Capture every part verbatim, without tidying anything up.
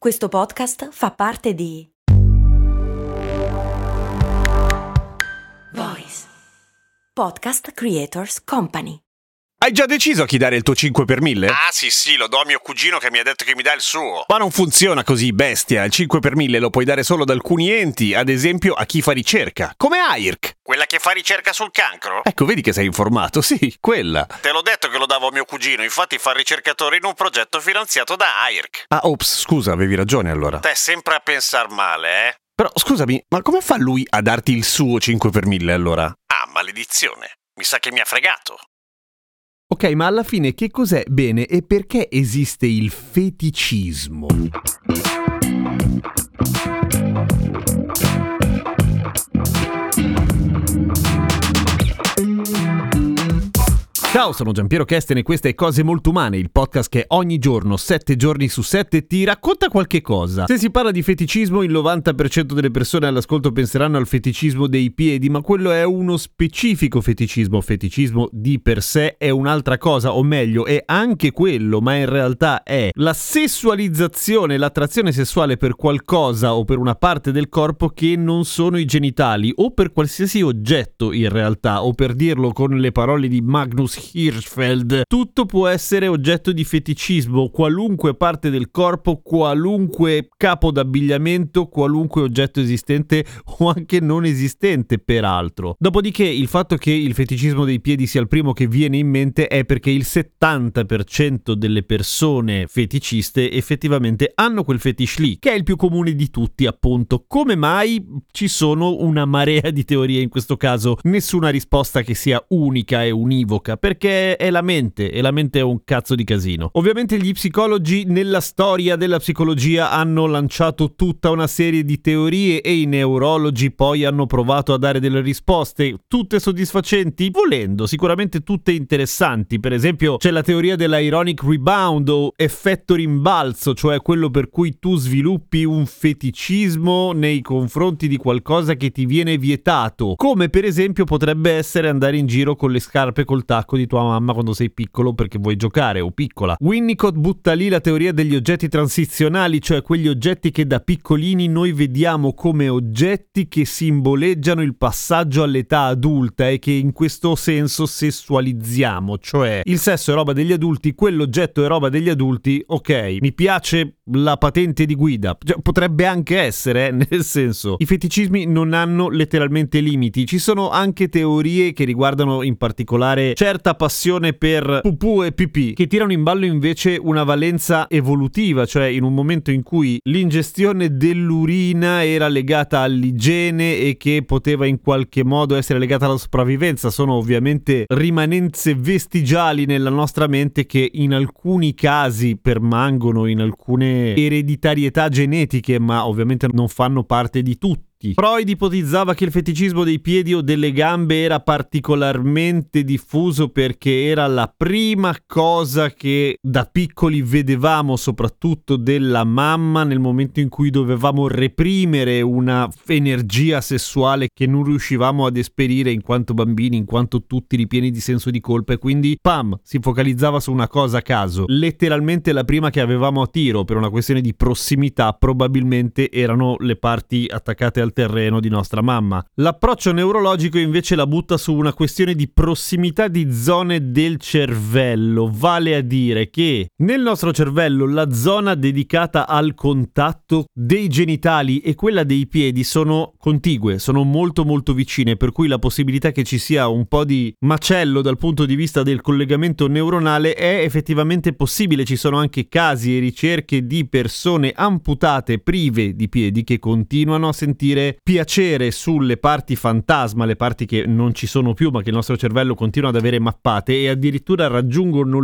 Questo podcast fa parte di Voice Podcast Creators Company. Hai già deciso a chi dare il tuo cinque per mille? Ah sì sì, lo do a mio cugino che mi ha detto che mi dà il suo. Ma non funziona così, bestia. Il cinque per mille lo puoi dare solo ad alcuni enti, ad esempio a chi fa ricerca, come A I R C. Quella che fa ricerca sul cancro? Ecco, vedi che sei informato, sì, quella. Te l'ho detto che lo davo a mio cugino, infatti fa ricercatore in un progetto finanziato da A I R C. Ah, ops, scusa, avevi ragione allora. Te sempre a pensar male, eh? Però, scusami, ma come fa lui a darti il suo cinque per mille allora? Ah, maledizione. Mi sa che mi ha fregato. Ok, ma alla fine che cos'è bene e perché esiste il feticismo? Ciao, sono Giampiero Kesten e questa è Cose Molto Umane, il podcast che ogni giorno, sette giorni su sette, ti racconta qualche cosa. Se si parla di feticismo, il novanta per cento delle persone all'ascolto penseranno al feticismo dei piedi, ma quello è uno specifico feticismo. Feticismo di per sé è un'altra cosa, o meglio, è anche quello, ma in realtà è la sessualizzazione, l'attrazione sessuale per qualcosa o per una parte del corpo che non sono i genitali, o per qualsiasi oggetto in realtà, o per dirlo con le parole di Magnus Hirschfeld, tutto può essere oggetto di feticismo, qualunque parte del corpo, qualunque capo d'abbigliamento, qualunque oggetto esistente o anche non esistente peraltro. Dopodiché il fatto che il feticismo dei piedi sia il primo che viene in mente è perché il settanta per cento delle persone feticiste effettivamente hanno quel fetish lì, che è il più comune di tutti appunto. Come mai? Ci sono una marea di teorie in questo caso, nessuna risposta che sia unica e univoca, perché è la mente, e la mente è un cazzo di casino. Ovviamente gli psicologi nella storia della psicologia hanno lanciato tutta una serie di teorie e i neurologi poi hanno provato a dare delle risposte, tutte soddisfacenti, volendo, sicuramente tutte interessanti. Per esempio c'è la teoria della ironic rebound o effetto rimbalzo, cioè quello per cui tu sviluppi un feticismo nei confronti di qualcosa che ti viene vietato, come per esempio potrebbe essere andare in giro con le scarpe col tacco di tua mamma quando sei piccolo perché vuoi giocare o piccola. Winnicott butta lì la teoria degli oggetti transizionali, cioè quegli oggetti che da piccolini noi vediamo come oggetti che simboleggiano il passaggio all'età adulta e che in questo senso sessualizziamo, cioè il sesso è roba degli adulti, quell'oggetto è roba degli adulti, ok, mi piace la patente di guida, cioè, potrebbe anche essere, eh? Nel senso, i feticismi non hanno letteralmente limiti. Ci sono anche teorie che riguardano in particolare certa passione per pupù e pipì, che tirano in ballo invece una valenza evolutiva, cioè in un momento in cui l'ingestione dell'urina era legata all'igiene e che poteva in qualche modo essere legata alla sopravvivenza. Sono ovviamente rimanenze vestigiali nella nostra mente che in alcuni casi permangono, in alcune ereditarietà genetiche, ma ovviamente non fanno parte di tutti. Freud ipotizzava che il feticismo dei piedi o delle gambe era particolarmente diffuso perché era la prima cosa che da piccoli vedevamo, soprattutto della mamma, nel momento in cui dovevamo reprimere una energia sessuale che non riuscivamo ad esperire in quanto bambini, in quanto tutti ripieni di senso di colpa, e quindi pam, si focalizzava su una cosa a caso. Letteralmente la prima che avevamo a tiro per una questione di prossimità probabilmente erano le parti attaccate al terreno di nostra mamma. L'approccio neurologico invece la butta su una questione di prossimità di zone del cervello, vale a dire che nel nostro cervello la zona dedicata al contatto dei genitali e quella dei piedi sono contigue, sono molto molto vicine, per cui la possibilità che ci sia un po' di macello dal punto di vista del collegamento neuronale è effettivamente possibile. Ci sono anche casi e ricerche di persone amputate prive di piedi che continuano a sentire piacere sulle parti fantasma, le parti che non ci sono più ma che il nostro cervello continua ad avere mappate, e addirittura raggiungono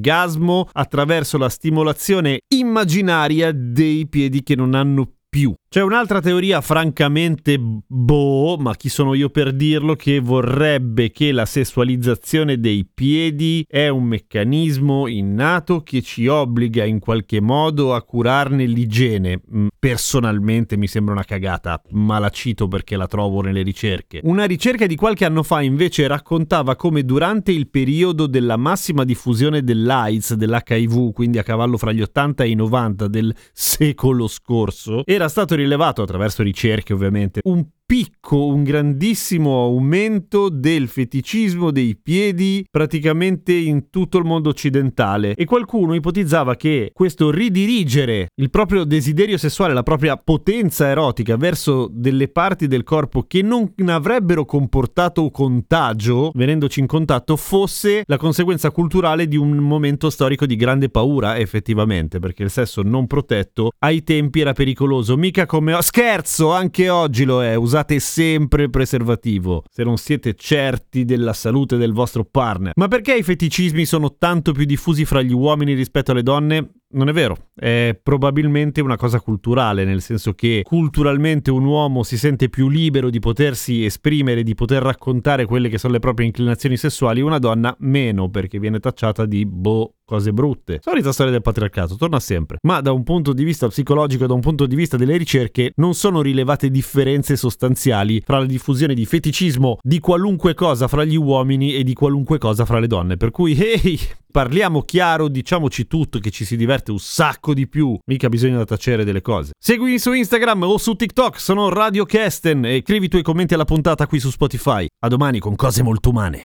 l'orgasmo attraverso la stimolazione immaginaria dei piedi che non hanno più. C'è un'altra teoria francamente boh, ma chi sono io per dirlo, che vorrebbe che la sessualizzazione dei piedi è un meccanismo innato che ci obbliga in qualche modo a curarne l'igiene. Personalmente mi sembra una cagata, ma la cito perché la trovo nelle ricerche. Una ricerca di qualche anno fa invece raccontava come durante il periodo della massima diffusione dell'AIDS, dell'H I V, quindi a cavallo fra gli ottanta e i novanta del secolo scorso, era stato rilevato attraverso ricerche ovviamente un picco, un grandissimo aumento del feticismo dei piedi praticamente in tutto il mondo occidentale, e qualcuno ipotizzava che questo ridirigere il proprio desiderio sessuale, la propria potenza erotica verso delle parti del corpo che non avrebbero comportato contagio venendoci in contatto fosse la conseguenza culturale di un momento storico di grande paura, effettivamente, perché il sesso non protetto ai tempi era pericoloso, mica come scherzo, anche oggi lo è. Usate sempre il preservativo se non siete certi della salute del vostro partner. Ma perché i feticismi sono tanto più diffusi fra gli uomini rispetto alle donne? Non è vero, è probabilmente una cosa culturale, nel senso che culturalmente un uomo si sente più libero di potersi esprimere, di poter raccontare quelle che sono le proprie inclinazioni sessuali, una donna meno, perché viene tacciata di boh, cose brutte. Solita storia del patriarcato, torna sempre. Ma da un punto di vista psicologico e da un punto di vista delle ricerche non sono rilevate differenze sostanziali fra la diffusione di feticismo di qualunque cosa fra gli uomini e di qualunque cosa fra le donne. Per cui, ehi, parliamo chiaro, diciamoci tutto, che ci si diverte un sacco di più, mica bisogna tacere delle cose. Seguimi su Instagram o su TikTok, sono Radio Kesten, e scrivi i tuoi commenti alla puntata qui su Spotify. A domani con cose molto umane.